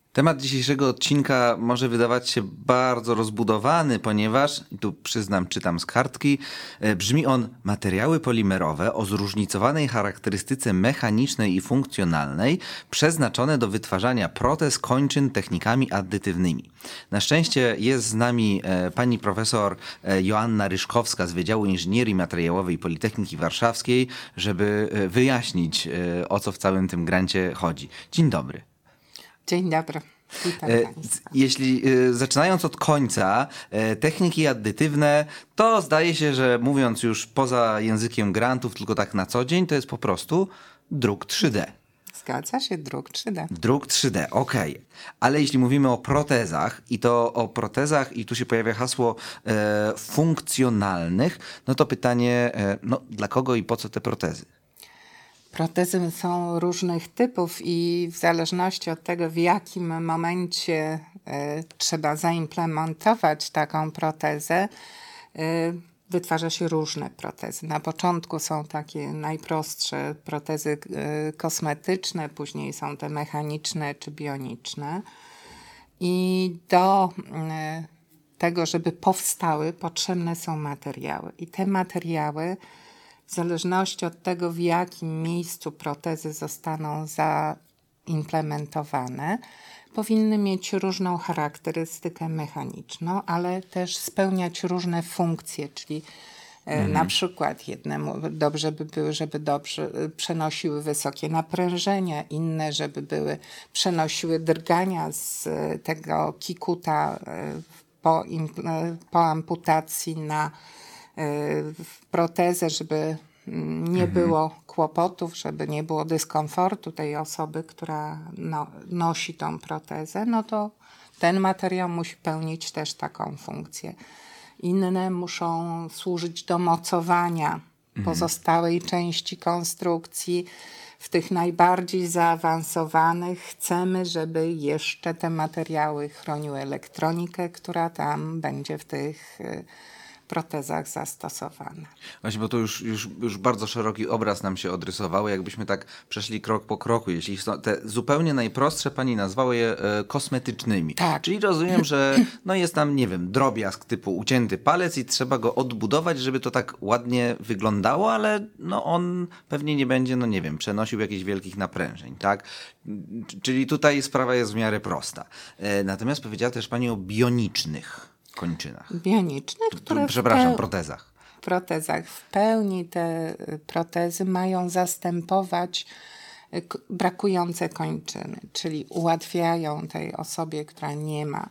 Temat dzisiejszego odcinka może wydawać się bardzo rozbudowany, ponieważ, i tu przyznam, czytam z kartki, brzmi on: materiały polimerowe o zróżnicowanej charakterystyce mechanicznej i funkcjonalnej, przeznaczone do wytwarzania protez kończyn technikami addytywnymi. Na szczęście jest z nami pani profesor Joanna Ryszkowska z Wydziału Inżynierii Materiałowej Politechniki Warszawskiej, żeby wyjaśnić, o co w całym tym grancie chodzi. Dzień dobry. Dzień dobry. Witam Państwa. Jeśli zaczynając od końca, techniki addytywne, to zdaje się, że mówiąc już poza językiem grantów, tylko tak na co dzień, to jest po prostu druk 3D. Zgadza się, druk 3D. Druk 3D, okej. Ale jeśli mówimy o protezach, i to o protezach, i tu się pojawia hasło funkcjonalnych, no to pytanie, dla kogo i po co te protezy? Protezy są różnych typów i w zależności od tego, w jakim momencie trzeba zaimplementować taką protezę, wytwarza się różne protezy. Na początku są takie najprostsze protezy kosmetyczne, później są te mechaniczne czy bioniczne. I do tego, żeby powstały, potrzebne są materiały. I te materiały, w zależności od tego, w jakim miejscu protezy zostaną zaimplementowane, powinny mieć różną charakterystykę mechaniczną, ale też spełniać różne funkcje, czyli na przykład jednemu dobrze by były, żeby dobrze przenosiły wysokie naprężenia, inne, żeby przenosiły drgania z tego kikuta po amputacji na protezę, żeby nie było kłopotów, żeby nie było dyskomfortu tej osoby, która nosi tą protezę, no to ten materiał musi pełnić też taką funkcję. Inne muszą służyć do mocowania pozostałej części konstrukcji. W tych najbardziej zaawansowanych chcemy, żeby jeszcze te materiały chroniły elektronikę, która tam będzie w tych protezach zastosowana. Właśnie, bo to już bardzo szeroki obraz nam się odrysował. Jakbyśmy tak przeszli krok po kroku. Jeśli są te zupełnie najprostsze, pani nazwała je kosmetycznymi. Tak. Czyli rozumiem, że jest tam, nie wiem, drobiazg typu ucięty palec i trzeba go odbudować, żeby to tak ładnie wyglądało, ale on pewnie nie będzie, przenosił jakichś wielkich naprężeń, tak? Czyli tutaj sprawa jest w miarę prosta. Natomiast powiedziała też pani o bionicznych kończynach. Bionicznych, które protezach. W protezach w pełni te protezy mają zastępować brakujące kończyny, czyli ułatwiają tej osobie, która nie ma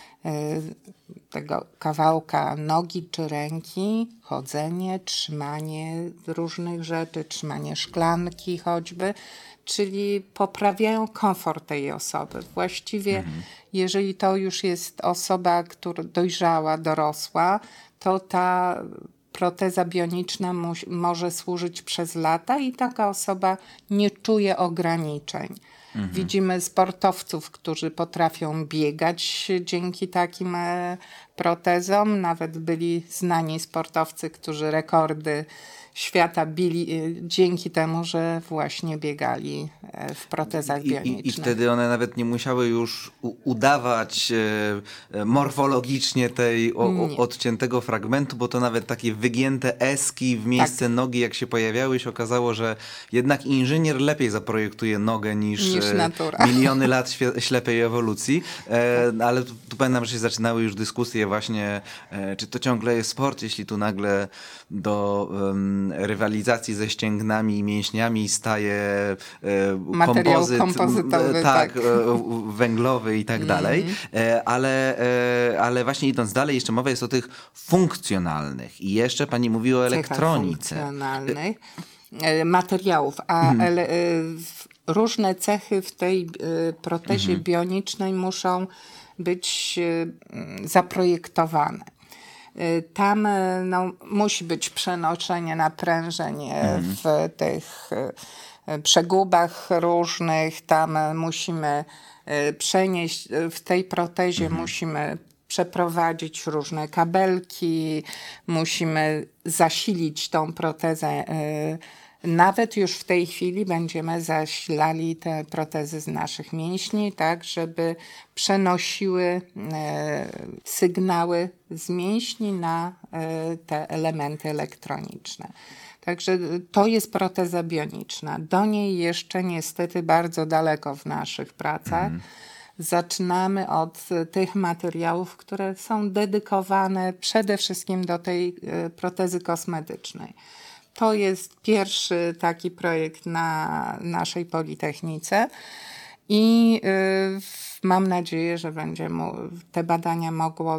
tego kawałka nogi czy ręki, chodzenie, trzymanie różnych rzeczy, trzymanie szklanki choćby, czyli poprawiają komfort tej osoby. Właściwie jeżeli to już jest osoba, która dojrzała, dorosła, to ta proteza bioniczna może służyć przez lata i taka osoba nie czuje ograniczeń. Widzimy sportowców, którzy potrafią biegać dzięki takim protezom. Nawet byli znani sportowcy, którzy rekordy świata bili dzięki temu, że właśnie biegali w protezach bionicznych. I wtedy one nawet nie musiały już udawać morfologicznie tej odciętego fragmentu, bo to nawet takie wygięte eski w miejsce nogi, jak się pojawiały, się okazało, że jednak inżynier lepiej zaprojektuje nogę niż natura. Miliony lat ślepej ewolucji. Ale tu pamiętam, że się zaczynały już dyskusje właśnie, czy to ciągle jest sport, jeśli tu nagle do rywalizacji ze ścięgnami i mięśniami staje materiał kompozytowy, węglowy i tak dalej. Ale właśnie idąc dalej, jeszcze mowa jest o tych funkcjonalnych. I jeszcze pani mówi o elektronice. Funkcjonalnych materiałów, różne cechy w tej protezie bionicznej muszą być zaprojektowane. Tam musi być przenoszenie naprężeń w tych przegubach różnych. Tam musimy przenieść, w tej protezie musimy przeprowadzić różne kabelki, musimy zasilić tą protezę Nawet już w tej chwili będziemy zasilali te protezy z naszych mięśni, tak, żeby przenosiły sygnały z mięśni na te elementy elektroniczne. Także to jest proteza bioniczna. Do niej jeszcze niestety bardzo daleko w naszych pracach. Zaczynamy od tych materiałów, które są dedykowane przede wszystkim do tej protezy kosmetycznej. To jest pierwszy taki projekt na naszej Politechnice i mam nadzieję, że te badania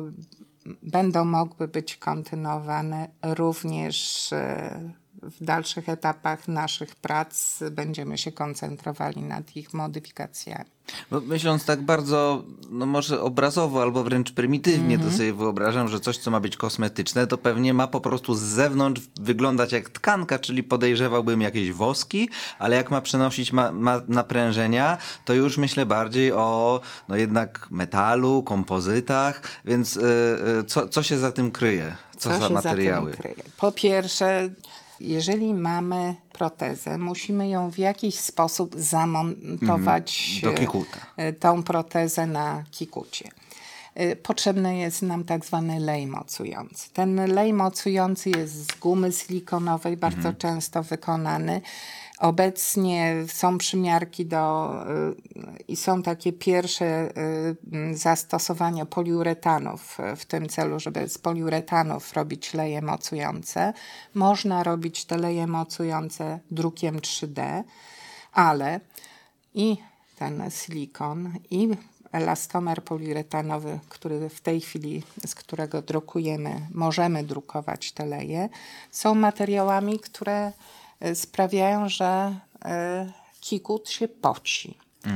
będą mogły być kontynuowane również w dalszych etapach naszych prac. Będziemy się koncentrowali nad ich modyfikacjami. Bo myśląc tak bardzo, no może obrazowo albo wręcz prymitywnie, to sobie wyobrażam, że coś, co ma być kosmetyczne, to pewnie ma po prostu z zewnątrz wyglądać jak tkanka, czyli podejrzewałbym jakieś woski, ale jak ma przenosić naprężenia, to już myślę bardziej o no jednak metalu, kompozytach, więc co się za tym kryje? Co za materiały? Po pierwsze, jeżeli mamy protezę, musimy ją w jakiś sposób zamontować do kikuta. Tą protezę na kikucie. Potrzebny jest nam tak zwany lej mocujący. Ten lej mocujący jest z gumy silikonowej, bardzo często wykonany. Obecnie są przymiarki i są takie pierwsze zastosowania poliuretanów w tym celu, żeby z poliuretanów robić leje mocujące. Można robić te leje mocujące drukiem 3D, ale i ten silikon, i elastomer poliuretanowy, który w tej chwili, z którego drukujemy, możemy drukować te leje, są materiałami, które sprawiają, że kikut się poci.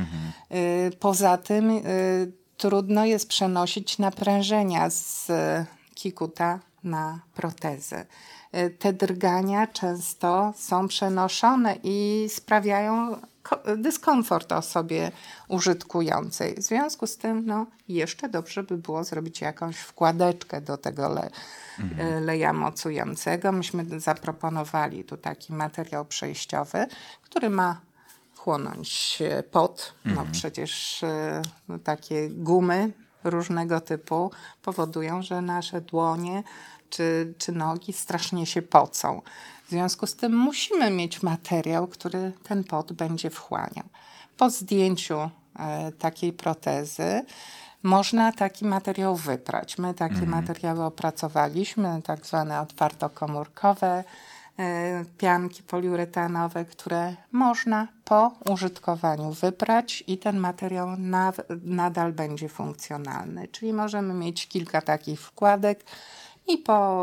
Poza tym trudno jest przenosić naprężenia z kikuta na protezę. Te drgania często są przenoszone i sprawiają dyskomfort osobie użytkującej. W związku z tym jeszcze dobrze by było zrobić jakąś wkładeczkę do tego leja mocującego. Myśmy zaproponowali tu taki materiał przejściowy, który ma chłonąć pot. Przecież takie gumy różnego typu powodują, że nasze dłonie czy nogi strasznie się pocą. W związku z tym musimy mieć materiał, który ten pot będzie wchłaniał. Po zdjęciu takiej protezy można taki materiał wyprać. My takie materiały opracowaliśmy, tak zwane otwartokomórkowe pianki poliuretanowe, które można po użytkowaniu wyprać i ten materiał nadal będzie funkcjonalny. Czyli możemy mieć kilka takich wkładek i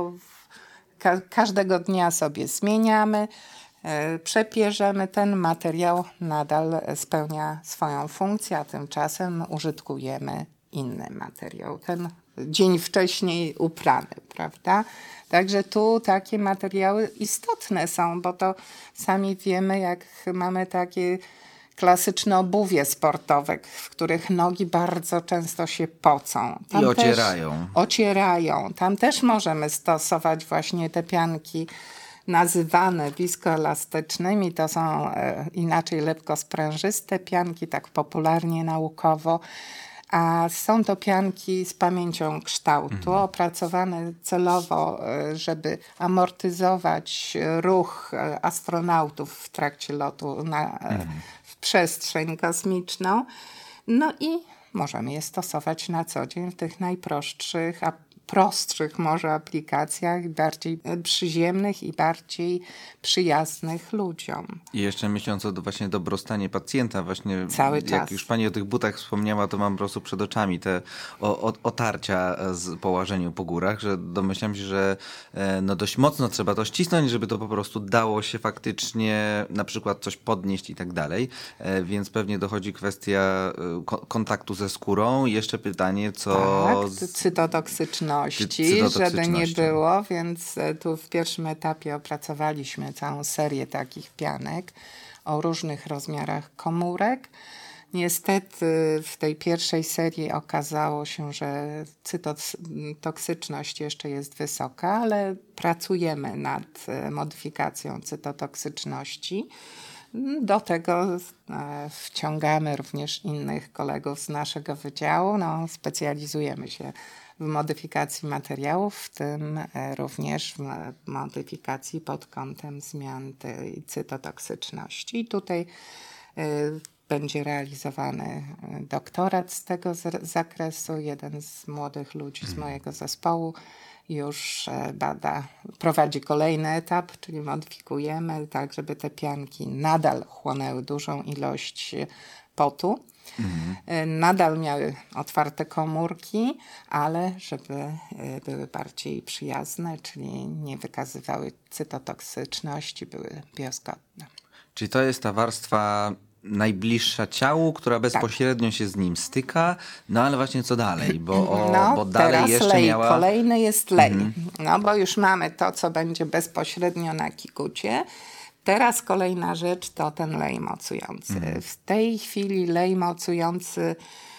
każdego dnia sobie zmieniamy, przepierzemy, ten materiał nadal spełnia swoją funkcję, a tymczasem użytkujemy inny materiał, ten dzień wcześniej uprany, prawda? Także tu takie materiały istotne są, bo to sami wiemy, jak mamy takie klasyczne obuwie sportowe, w których nogi bardzo często się pocą. I ocierają. Ocierają. Tam też możemy stosować właśnie te pianki nazywane wiskoelastycznymi. To są inaczej lepkosprężyste pianki, tak popularnie naukowo. A są to pianki z pamięcią kształtu, opracowane celowo, żeby amortyzować ruch astronautów w trakcie lotu w przestrzeń kosmiczną. No i możemy je stosować na co dzień w tych najprostszych, prostszych może aplikacjach, bardziej przyziemnych i bardziej przyjaznych ludziom. I jeszcze myśląc o właśnie dobrostanie pacjenta, właśnie cały jak czas. już pani o tych butach wspomniała, to mam po prostu przed oczami te otarcia po łażeniu po górach, że domyślam się, że dość mocno trzeba to ścisnąć, żeby to po prostu dało się faktycznie na przykład coś podnieść i tak dalej, więc pewnie dochodzi kwestia kontaktu ze skórą. I jeszcze pytanie, co... Tak, cytotoksyczności, żeby nie było, więc tu w pierwszym etapie opracowaliśmy całą serię takich pianek o różnych rozmiarach komórek Niestety w tej pierwszej serii okazało się, że cytotoksyczność jeszcze jest wysoka, ale pracujemy nad modyfikacją cytotoksyczności. Do tego wciągamy również innych kolegów z naszego wydziału. Specjalizujemy się w modyfikacji materiałów, w tym również w modyfikacji pod kątem zmian tej cytotoksyczności. I tutaj będzie realizowany doktorat z tego zakresu. Jeden z młodych ludzi z mojego zespołu już prowadzi kolejny etap, czyli modyfikujemy tak, żeby te pianki nadal chłonęły dużą ilość potu. Nadal miały otwarte komórki, ale żeby były bardziej przyjazne, czyli nie wykazywały cytotoksyczności, były biozgodne. Czyli to jest ta warstwa najbliższa ciału, która bezpośrednio się z nim styka, ale właśnie co dalej? Bo dalej teraz jeszcze lej. miała... Kolejny jest lej. Bo już mamy to, co będzie bezpośrednio na kikucie. Teraz kolejna rzecz to ten lej mocujący. W tej chwili lej mocujący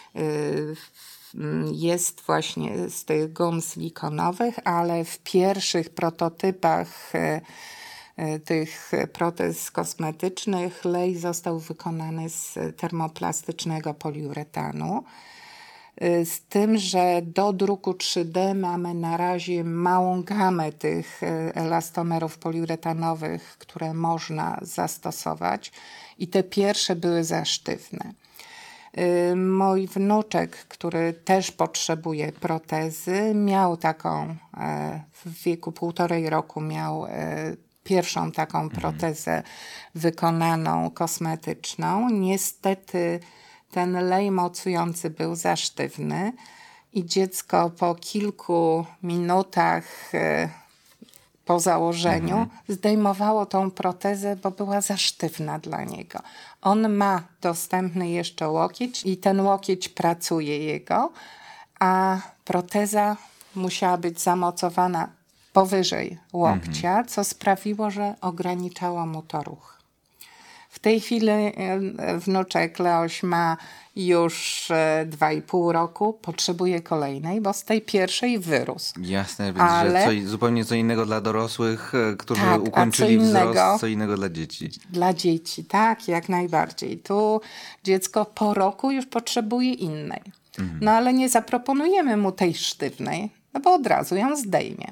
jest właśnie z tych gum silikonowych, ale w pierwszych prototypach tych protez kosmetycznych lej został wykonany z termoplastycznego poliuretanu. Z tym, że do druku 3D mamy na razie małą gamę tych elastomerów poliuretanowych, które można zastosować i te pierwsze były za sztywne. Mój wnuczek, który też potrzebuje protezy, miał taką, w wieku 1,5 roku miał pierwszą taką protezę wykonaną kosmetyczną. Niestety ten lej mocujący był za sztywny i dziecko po kilku minutach po założeniu zdejmowało tą protezę, bo była za sztywna dla niego. On ma dostępny jeszcze łokieć i ten łokieć pracuje jego, a proteza musiała być zamocowana powyżej łokcia, co sprawiło, że ograniczało mu to ruch. W tej chwili wnuczek Leoś ma już 2,5 roku, potrzebuje kolejnej, bo z tej pierwszej wyrósł. Jasne, więc zupełnie co innego dla dorosłych, którzy ukończyli wzrost, co innego dla dzieci. Dla dzieci, tak, jak najbardziej. Tu dziecko po roku już potrzebuje innej. Ale nie zaproponujemy mu tej sztywnej, bo od razu ją zdejmie.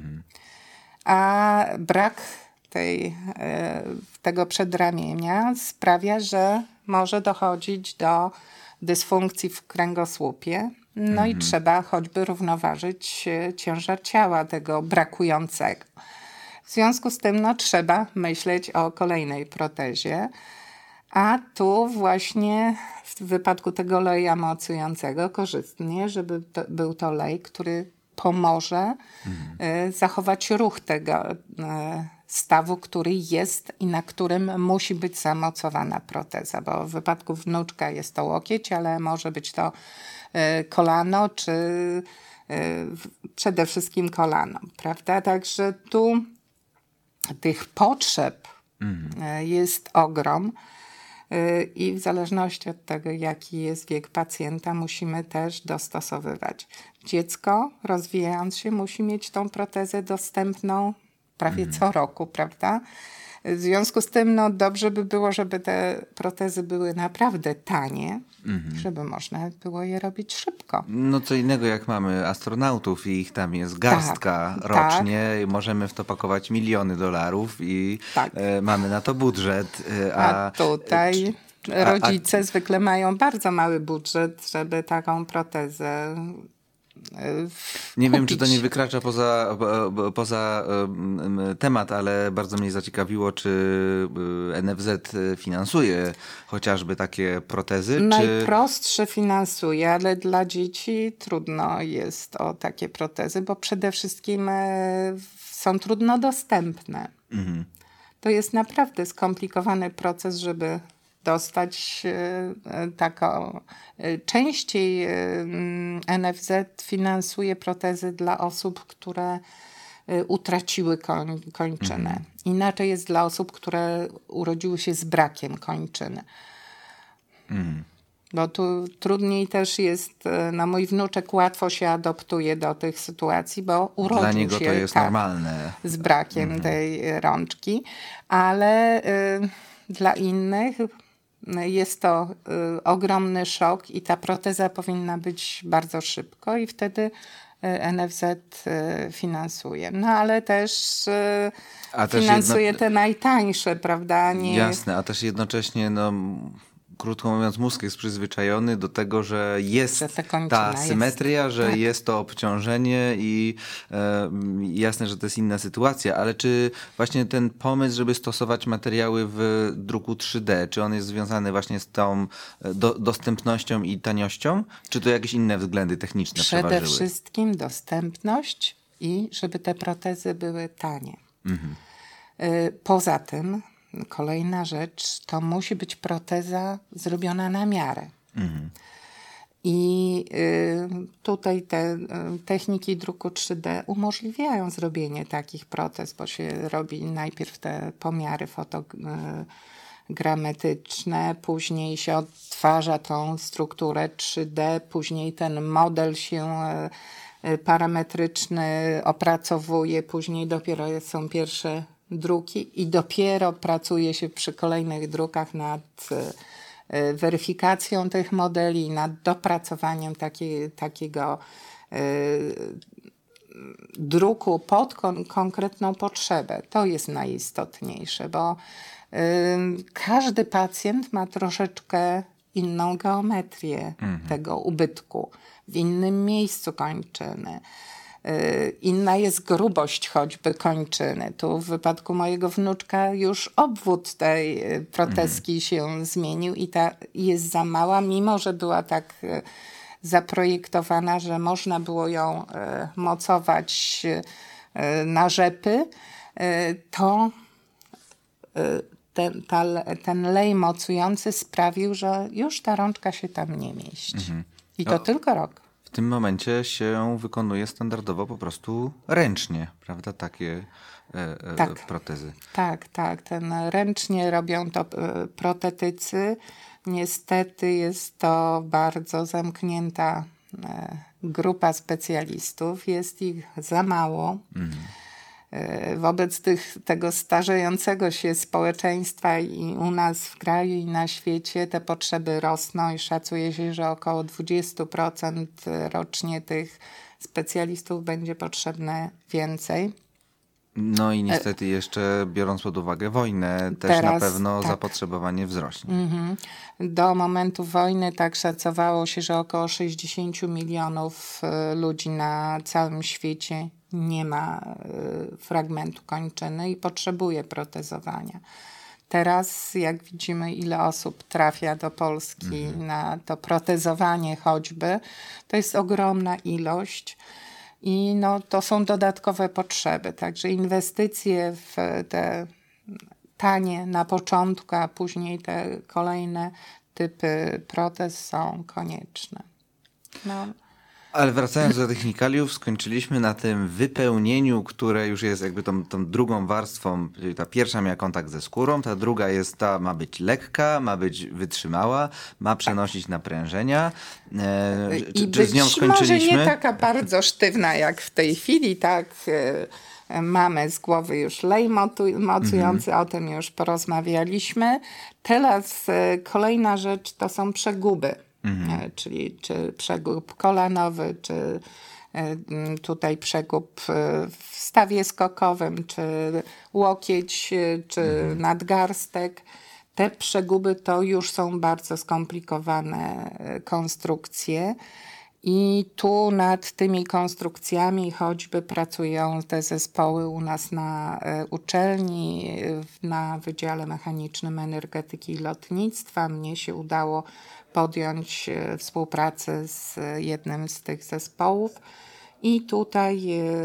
A brak tego przedramienia sprawia, że może dochodzić do dysfunkcji w kręgosłupie. I trzeba choćby równoważyć ciężar ciała tego brakującego. W związku z tym trzeba myśleć o kolejnej protezie. A tu właśnie w wypadku tego leja mocującego korzystnie, żeby był to lej, który pomoże zachować ruch tego stawu, który jest i na którym musi być zamocowana proteza, bo w wypadku wnuczka jest to łokieć, ale może być to kolano, czy przede wszystkim kolano, prawda? Także tu tych potrzeb jest ogrom i w zależności od tego, jaki jest wiek pacjenta, musimy też dostosowywać. Dziecko, rozwijając się, musi mieć tą protezę dostępną prawie co roku, prawda? W związku z tym dobrze by było, żeby te protezy były naprawdę tanie, żeby można było je robić szybko. Co innego jak mamy astronautów i ich tam jest garstka rocznie. Możemy w to pakować miliony dolarów i mamy na to budżet. A tutaj rodzice zwykle mają bardzo mały budżet, żeby taką protezę nie wiem, czy to nie wykracza poza temat, ale bardzo mnie zaciekawiło, czy NFZ finansuje chociażby takie protezy? Najprostsze finansuje, ale dla dzieci trudno jest o takie protezy, bo przede wszystkim są trudno dostępne. To jest naprawdę skomplikowany proces, żeby dostać taką. Częściej NFZ finansuje protezy dla osób, które utraciły kończynę. Inaczej jest dla osób, które urodziły się z brakiem kończyny. Bo tu trudniej też jest, no mój wnuczek łatwo się adoptuje do tych sytuacji, bo urodził Dla niego się to jest normalne. z brakiem tej rączki, ale dla innych jest to ogromny szok i ta proteza powinna być bardzo szybko i wtedy NFZ finansuje. No ale też finansuje te najtańsze, prawda? Nie... Jasne, a też jednocześnie, no, krótko mówiąc, mózg jest przyzwyczajony do tego, że jest ta symetria, że jest to obciążenie i jasne, że to jest inna sytuacja, ale czy właśnie ten pomysł, żeby stosować materiały w druku 3D, czy on jest związany właśnie z tą dostępnością i taniością, czy to jakieś inne względy techniczne przeważyły? Przede wszystkim dostępność i żeby te protezy były tanie. Poza tym kolejna rzecz, to musi być proteza zrobiona na miarę. I tutaj te techniki druku 3D umożliwiają zrobienie takich protez, bo się robi najpierw te pomiary fotogrametyczne, później się odtwarza tą strukturę 3D, później ten model się parametryczny opracowuje, później dopiero są pierwsze druki i dopiero pracuje się przy kolejnych drukach nad weryfikacją tych modeli, nad dopracowaniem takiego druku pod konkretną potrzebę. To jest najistotniejsze, bo każdy pacjent ma troszeczkę inną geometrię tego ubytku, w innym miejscu kończyny. Inna jest grubość choćby kończyny. Tu w wypadku mojego wnuczka już obwód tej protezki się zmienił i ta jest za mała, mimo że była tak zaprojektowana, że można było ją mocować na rzepy, to ten lej mocujący sprawił, że już ta rączka się tam nie mieści. I to tylko rok. W tym momencie się wykonuje standardowo po prostu ręcznie, prawda? Takie protezy. Tak. Ręcznie robią to protetycy. Niestety jest to bardzo zamknięta grupa specjalistów. Jest ich za mało. Wobec tego starzejącego się społeczeństwa i u nas w kraju i na świecie te potrzeby rosną i szacuje się, że około 20% rocznie tych specjalistów będzie potrzebne więcej. No i niestety jeszcze biorąc pod uwagę wojnę, też teraz, na pewno zapotrzebowanie wzrośnie. Do momentu wojny tak szacowało się, że około 60 milionów ludzi na całym świecie nie ma fragmentu kończyny i potrzebuje protezowania. Teraz jak widzimy, ile osób trafia do Polski na to protezowanie choćby, to jest ogromna ilość i no, to są dodatkowe potrzeby. Także inwestycje w te tanie na początku, a później te kolejne typy protez są konieczne. No. Ale wracając do technikaliów, skończyliśmy na tym wypełnieniu, które już jest jakby tą drugą warstwą. Czyli ta pierwsza miała kontakt ze skórą, ta druga jest ma być lekka, ma być wytrzymała, ma przenosić naprężenia. Czy z nią skończyliśmy? Może nie taka bardzo sztywna jak w tej chwili, tak. Mamy z głowy już lej mocujący, o tym już porozmawialiśmy. Teraz kolejna rzecz to są przeguby. Czyli czy przegub kolanowy, czy tutaj przegub w stawie skokowym, czy łokieć, czy nadgarstek. Te przeguby to już są bardzo skomplikowane konstrukcje i tu nad tymi konstrukcjami choćby pracują te zespoły u nas na uczelni, na Wydziale Mechanicznym Energetyki i Lotnictwa. Mnie się udało podjąć współpracę z jednym z tych zespołów i tutaj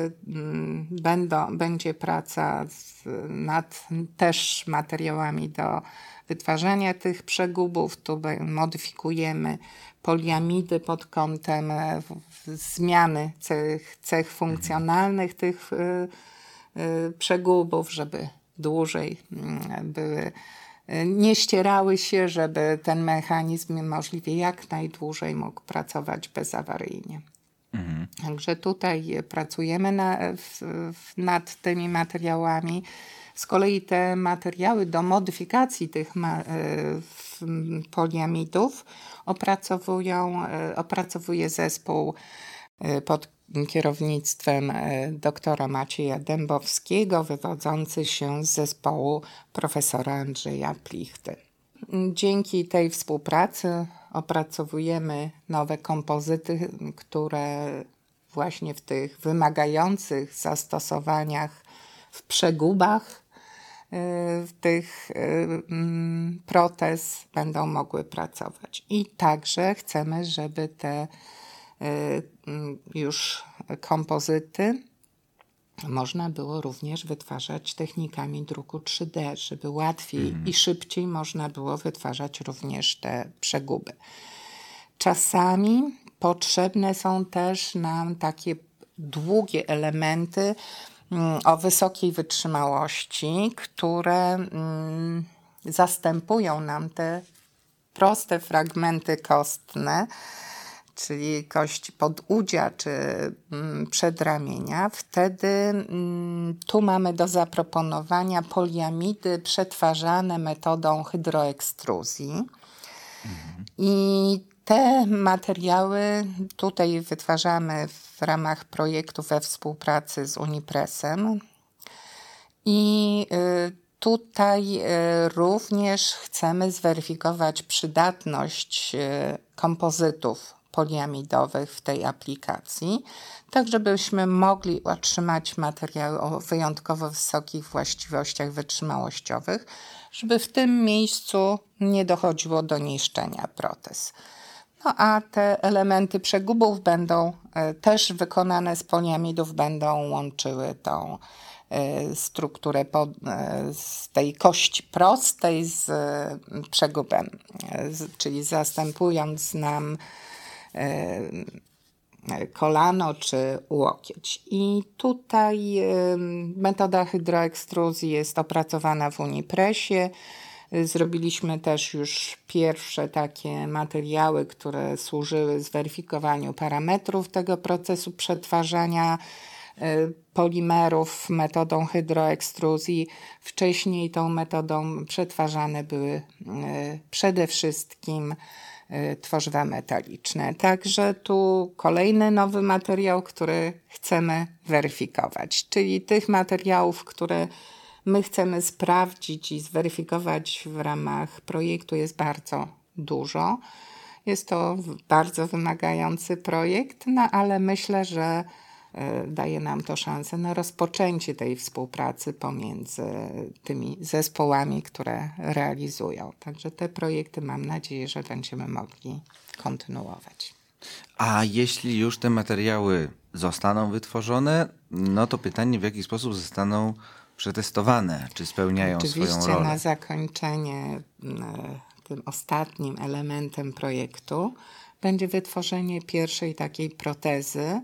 będzie praca nad też materiałami do wytwarzania tych przegubów. Tu modyfikujemy poliamidy pod kątem zmiany cech funkcjonalnych tych przegubów, żeby dłużej były nie ścierały się, żeby ten mechanizm możliwie jak najdłużej mógł pracować bezawaryjnie. Także tutaj pracujemy nad tymi materiałami. Z kolei te materiały do modyfikacji tych poliamidów opracowuje zespół pod kierownictwem doktora Macieja Dębowskiego, wywodzący się z zespołu profesora Andrzeja Plichty. Dzięki tej współpracy opracowujemy nowe kompozyty, które właśnie w tych wymagających zastosowaniach w przegubach tych protez będą mogły pracować. I także chcemy, żeby te już kompozyty można było również wytwarzać technikami druku 3D, żeby łatwiej i szybciej można było wytwarzać również te przeguby. Czasami potrzebne są też nam takie długie elementy o wysokiej wytrzymałości, które zastępują nam te proste fragmenty kostne, czyli kości podudzia czy przedramienia. Wtedy tu mamy do zaproponowania poliamidy przetwarzane metodą hydroekstruzji. I te materiały tutaj wytwarzamy w ramach projektu we współpracy z Unipressem. I tutaj również chcemy zweryfikować przydatność kompozytów poliamidowych w tej aplikacji, tak żebyśmy mogli otrzymać materiały o wyjątkowo wysokich właściwościach wytrzymałościowych, żeby w tym miejscu nie dochodziło do niszczenia protez. No a te elementy przegubów będą też wykonane z poliamidów, będą łączyły tą strukturę z tej kości prostej z przegubem, czyli zastępując nam kolano czy łokieć. I tutaj metoda hydroekstruzji jest opracowana w Unipressie. Zrobiliśmy też już pierwsze takie materiały, które służyły zweryfikowaniu parametrów tego procesu przetwarzania polimerów metodą hydroekstruzji. Wcześniej tą metodą przetwarzane były przede wszystkim tworzywa metaliczne. Także tu kolejny nowy materiał, który chcemy weryfikować, czyli tych materiałów, które my chcemy sprawdzić i zweryfikować w ramach projektu jest bardzo dużo. Jest to bardzo wymagający projekt, no ale myślę, że daje nam to szansę na rozpoczęcie tej współpracy pomiędzy tymi zespołami, które realizują. Także te projekty mam nadzieję, że będziemy mogli kontynuować. A jeśli już te materiały zostaną wytworzone, no to pytanie, w jaki sposób zostaną przetestowane, czy spełniają swoją rolę? Oczywiście na zakończenie tym ostatnim elementem projektu będzie wytworzenie pierwszej takiej protezy,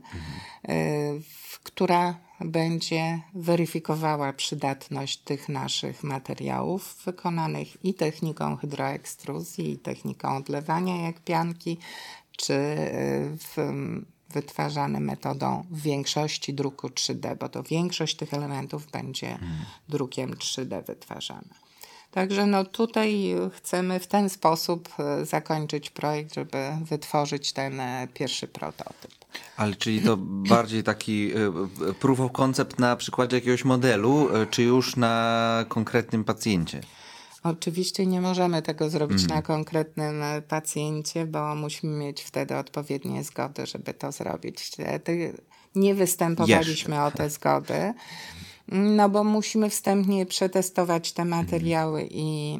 która będzie weryfikowała przydatność tych naszych materiałów wykonanych i techniką hydroekstruzji, i techniką odlewania jak pianki, czy wytwarzane metodą w większości druku 3D, bo to większość tych elementów będzie drukiem 3D wytwarzana. Także no tutaj chcemy w ten sposób zakończyć projekt, żeby wytworzyć ten pierwszy prototyp. Ale czyli to bardziej taki proof of concept na przykładzie jakiegoś modelu, czy już na konkretnym pacjencie? Oczywiście nie możemy tego zrobić na konkretnym pacjencie, bo musimy mieć wtedy odpowiednie zgody, żeby to zrobić. Nie występowaliśmy o te zgody, no bo musimy wstępnie przetestować te materiały i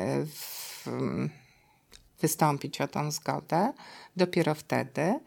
wystąpić o tą zgodę. Dopiero wtedy.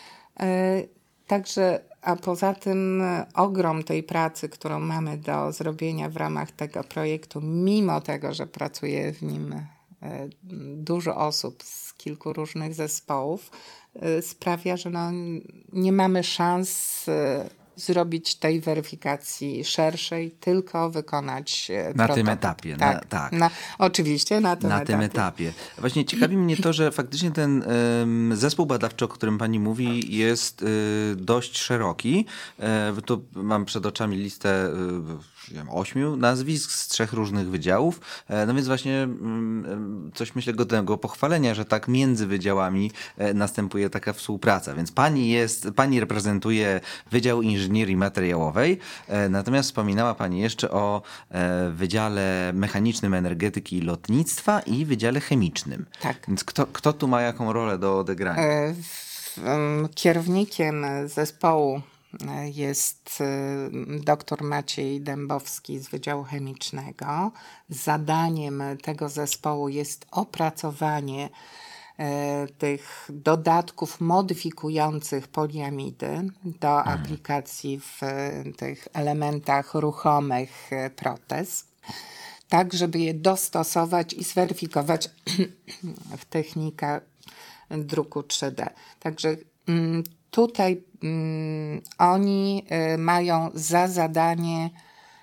Także, a poza tym ogrom tej pracy, którą mamy do zrobienia w ramach tego projektu, mimo tego, że pracuje w nim dużo osób z kilku różnych zespołów, sprawia, że no, nie mamy szans zrobić tej weryfikacji szerszej, tylko wykonać Na tym prototyp. etapie. Tak. Oczywiście na tym etapie. Właśnie ciekawi mnie to, że faktycznie ten zespół badawczy, o którym pani mówi, jest dość szeroki. Tu mam przed oczami listę 8 nazwisk z 3 różnych wydziałów. No więc właśnie coś myślę godnego pochwalenia, że tak między wydziałami następuje taka współpraca. Więc pani reprezentuje Wydział Inżynierii Materiałowej, natomiast wspominała pani jeszcze o Wydziale Mechanicznym Energetyki i Lotnictwa i Wydziale Chemicznym. Tak. Więc kto tu ma jaką rolę do odegrania? Kierownikiem zespołu jest dr Maciej Dębowski z Wydziału Chemicznego. Zadaniem tego zespołu jest opracowanie tych dodatków modyfikujących poliamidy do aplikacji w tych elementach ruchomych protez, tak żeby je dostosować i zweryfikować w technikach druku 3D. Także tutaj oni mają za zadanie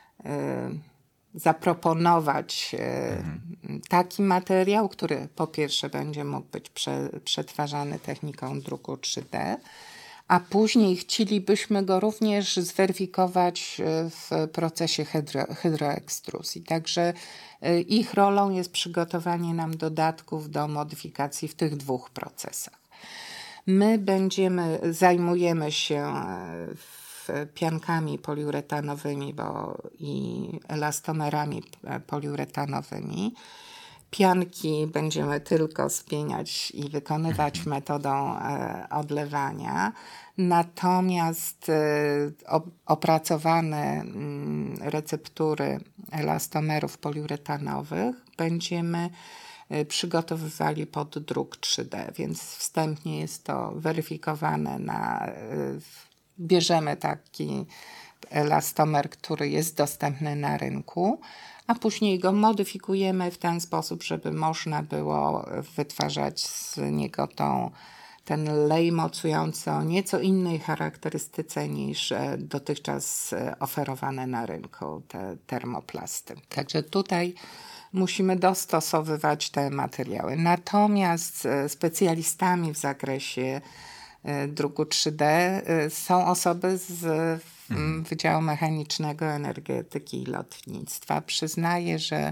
zaproponować taki materiał, który po pierwsze będzie mógł być przetwarzany techniką druku 3D, a później chcielibyśmy go również zweryfikować w procesie hydroekstruzji. Także ich rolą jest przygotowanie nam dodatków do modyfikacji w tych 2 procesach. My zajmujemy się piankami poliuretanowymi i elastomerami poliuretanowymi. Pianki będziemy tylko spieniać i wykonywać metodą odlewania. Natomiast opracowane receptury elastomerów poliuretanowych będziemy przygotowywali pod druk 3D, więc wstępnie jest to weryfikowane bierzemy taki elastomer, który jest dostępny na rynku, a później go modyfikujemy w ten sposób, żeby można było wytwarzać z niego ten lej mocujący o nieco innej charakterystyce niż dotychczas oferowane na rynku, te termoplasty. Także tutaj musimy dostosowywać te materiały. Natomiast specjalistami w zakresie druku 3D są osoby z Wydziału Mechanicznego Energetyki i Lotnictwa. Przyznaję, że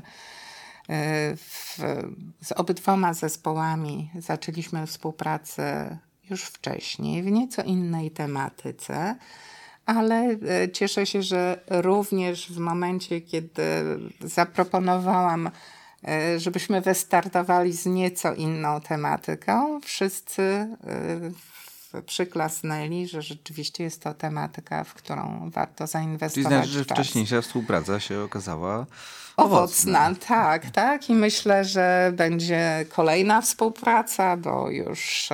z obydwoma zespołami zaczęliśmy współpracę już wcześniej, w nieco innej tematyce, ale cieszę się, że również w momencie, kiedy zaproponowałam, żebyśmy wystartowali z nieco inną tematyką, wszyscy przyklasnęli, że rzeczywiście jest to tematyka, w którą warto zainwestować. Czyli znaczy, że czas. wcześniejsza współpraca się okazała owocna. Tak. I myślę, że będzie kolejna współpraca, bo już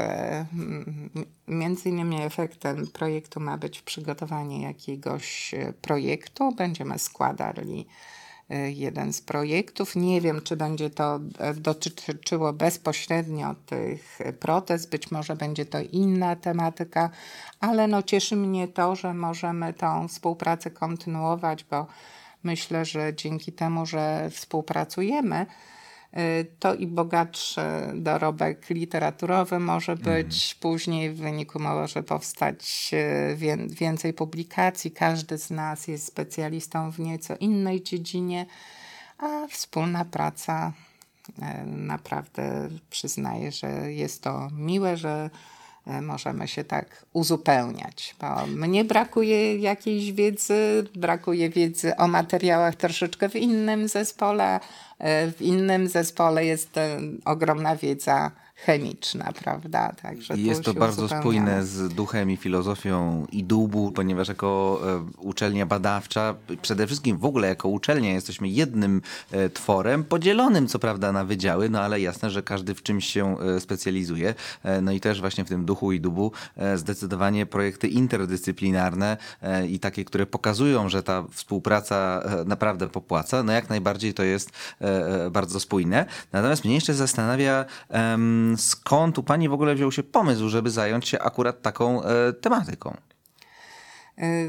między innymi efektem projektu ma być przygotowanie jakiegoś projektu. Będziemy składali jeden z projektów. Nie wiem, czy będzie to dotyczyło bezpośrednio tych protez, być może będzie to inna tematyka, ale cieszy mnie to, że możemy tą współpracę kontynuować, bo myślę, że dzięki temu, że współpracujemy, to i bogatszy dorobek literaturowy może być. Później w wyniku może powstać więcej publikacji. Każdy z nas jest specjalistą w nieco innej dziedzinie, a wspólna praca naprawdę przyznaję, że jest to miłe, że możemy się tak uzupełniać, bo mnie brakuje jakiejś wiedzy, brakuje wiedzy o materiałach troszeczkę w innym zespole. W innym zespole jest ogromna wiedza chemiczna, prawda? Także jest to bardzo spójne z duchem i filozofią IDUB-u, ponieważ jako uczelnia badawcza, przede wszystkim w ogóle jako uczelnia jesteśmy jednym tworem, podzielonym co prawda na wydziały, ale jasne, że każdy w czymś się specjalizuje. I też właśnie w tym duchu IDUB-u zdecydowanie projekty interdyscyplinarne i takie, które pokazują, że ta współpraca naprawdę popłaca, jak najbardziej to jest bardzo spójne. Natomiast mnie jeszcze zastanawia, skąd u pani w ogóle wziął się pomysł, żeby zająć się akurat taką tematyką?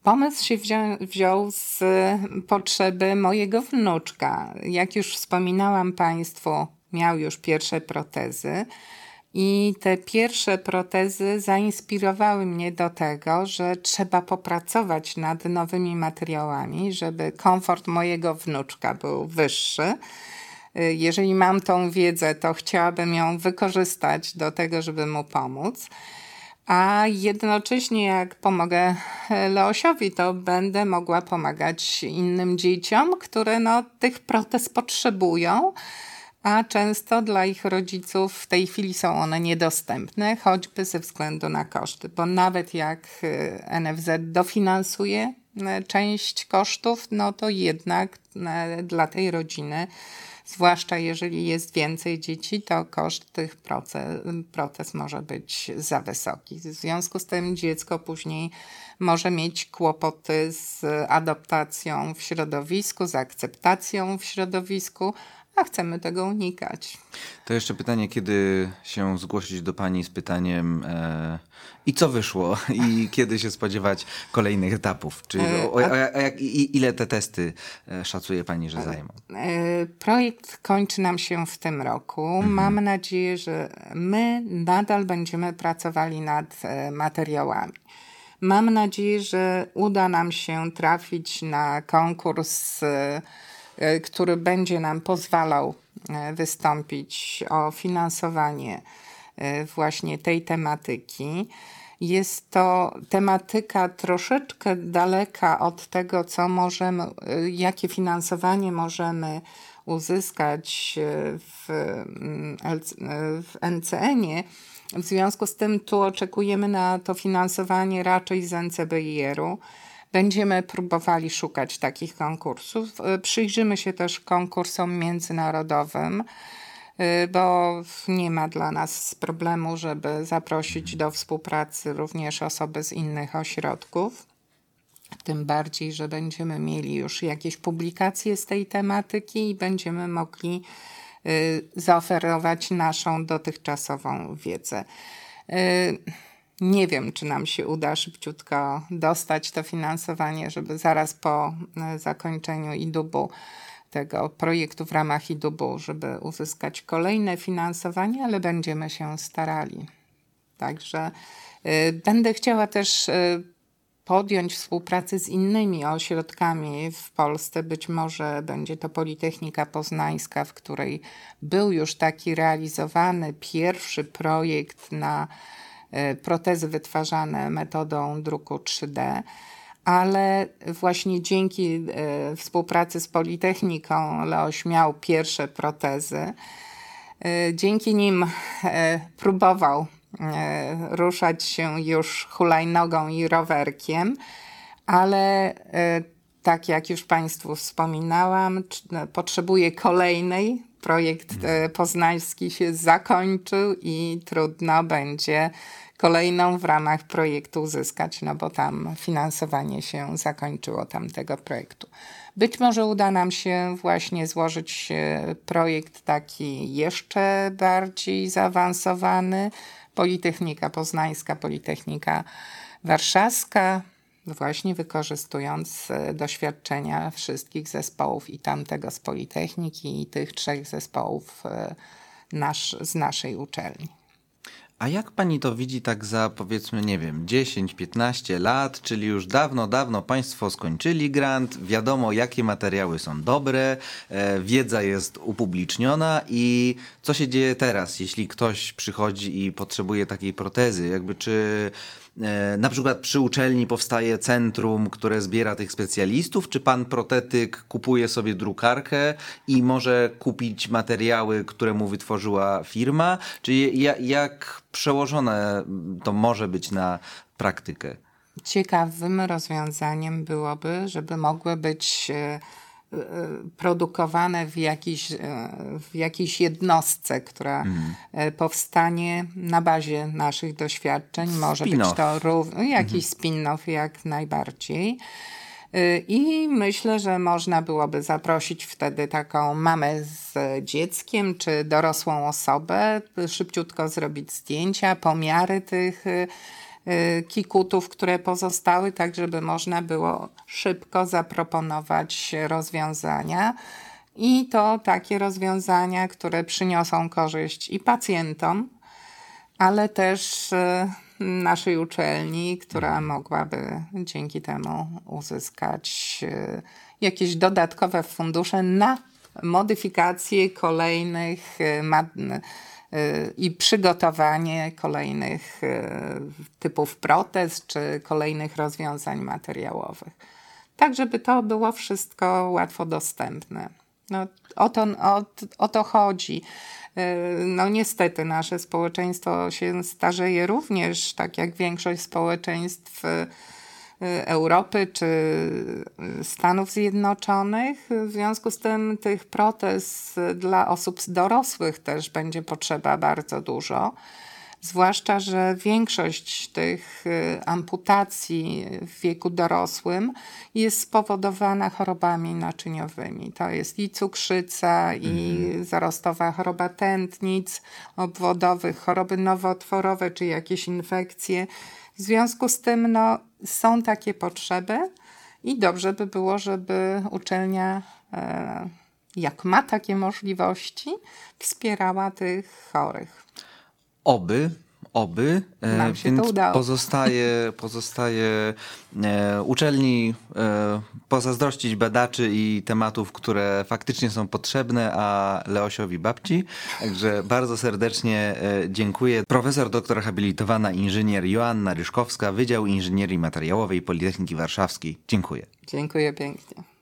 Pomysł się wziął z potrzeby mojego wnuczka. Jak już wspominałam Państwu, miał już pierwsze protezy i te pierwsze protezy zainspirowały mnie do tego, że trzeba popracować nad nowymi materiałami, żeby komfort mojego wnuczka był wyższy. Jeżeli mam tą wiedzę, to chciałabym ją wykorzystać do tego, żeby mu pomóc. A jednocześnie jak pomogę Leosiowi, to będę mogła pomagać innym dzieciom, które tych protez potrzebują, a często dla ich rodziców w tej chwili są one niedostępne, choćby ze względu na koszty. Bo nawet jak NFZ dofinansuje część kosztów, no to jednak dla tej rodziny, zwłaszcza jeżeli jest więcej dzieci, to koszt tych protez może być za wysoki. W związku z tym dziecko później może mieć kłopoty z adaptacją w środowisku, z akceptacją w środowisku, a chcemy tego unikać. To jeszcze pytanie, kiedy się zgłosić do Pani z pytaniem i co wyszło i kiedy się spodziewać kolejnych etapów? Ile te testy szacuje Pani, że zajmą? Projekt kończy nam się w tym roku. Mam nadzieję, że my nadal będziemy pracowali nad materiałami. Mam nadzieję, że uda nam się trafić na konkurs, który będzie nam pozwalał wystąpić o finansowanie właśnie tej tematyki. Jest to tematyka troszeczkę daleka od tego, jakie finansowanie możemy uzyskać w NCN-ie. W związku z tym tu oczekujemy na to finansowanie raczej z NCBIR-u. Będziemy próbowali szukać takich konkursów. Przyjrzymy się też konkursom międzynarodowym, bo nie ma dla nas problemu, żeby zaprosić do współpracy również osoby z innych ośrodków. Tym bardziej, że będziemy mieli już jakieś publikacje z tej tematyki i będziemy mogli zaoferować naszą dotychczasową wiedzę. Nie wiem, czy nam się uda szybciutko dostać to finansowanie, żeby zaraz po zakończeniu IDUB-u, tego projektu w ramach IDUB-u, żeby uzyskać kolejne finansowanie, ale będziemy się starali. Także będę chciała też podjąć współpracę z innymi ośrodkami w Polsce. Być może będzie to Politechnika Poznańska, w której był już taki realizowany pierwszy projekt na protezy wytwarzane metodą druku 3D, ale właśnie dzięki współpracy z Politechniką Leoś miał pierwsze protezy. Dzięki nim próbował ruszać się już hulajnogą i rowerkiem, ale tak jak już Państwu wspominałam, potrzebuje kolejnej. Projekt poznański się zakończył i trudno będzie kolejną w ramach projektu uzyskać, no bo tam finansowanie się zakończyło tamtego projektu. Być może uda nam się właśnie złożyć projekt taki jeszcze bardziej zaawansowany. Politechnika Poznańska, Politechnika Warszawska, właśnie wykorzystując doświadczenia wszystkich zespołów i tamtego z Politechniki i tych 3 zespołów z naszej uczelni. A jak Pani to widzi tak za, powiedzmy, nie wiem, 10-15 lat, czyli już dawno Państwo skończyli grant, wiadomo jakie materiały są dobre, wiedza jest upubliczniona i co się dzieje teraz, jeśli ktoś przychodzi i potrzebuje takiej protezy? Czy na przykład przy uczelni powstaje centrum, które zbiera tych specjalistów, czy pan protetyk kupuje sobie drukarkę i może kupić materiały, które mu wytworzyła firma? Czy jak przełożone to może być na praktykę? Ciekawym rozwiązaniem byłoby, żeby mogły być produkowane w jakiejś jednostce, która powstanie na bazie naszych doświadczeń. Może być to jakiś spin-off jak najbardziej. I myślę, że można byłoby zaprosić wtedy taką mamę z dzieckiem czy dorosłą osobę, szybciutko zrobić zdjęcia, pomiary tych kikutów, które pozostały, tak żeby można było szybko zaproponować rozwiązania. I to takie rozwiązania, które przyniosą korzyść i pacjentom, ale też naszej uczelni, która mogłaby dzięki temu uzyskać jakieś dodatkowe fundusze na modyfikację kolejnych i przygotowanie kolejnych typów protez czy kolejnych rozwiązań materiałowych. Tak, żeby to było wszystko łatwo dostępne. No, o to chodzi. No niestety nasze społeczeństwo się starzeje również, tak jak większość społeczeństw Europy czy Stanów Zjednoczonych. W związku z tym tych protez dla osób dorosłych też będzie potrzeba bardzo dużo. Zwłaszcza, że większość tych amputacji w wieku dorosłym jest spowodowana chorobami naczyniowymi. To jest i cukrzyca, i zarostowa choroba tętnic obwodowych, choroby nowotworowe, czy jakieś infekcje. W związku z tym są takie potrzeby i dobrze by było, żeby uczelnia, jak ma takie możliwości, wspierała tych chorych. Oby. Nam się Więc to udało. pozostaje uczelni pozazdrościć badaczy i tematów, które faktycznie są potrzebne, a Leosiowi babci. Także bardzo serdecznie dziękuję. Profesor doktor habilitowana inżynier Joanna Ryszkowska, Wydział Inżynierii Materiałowej Politechniki Warszawskiej. Dziękuję. Dziękuję pięknie.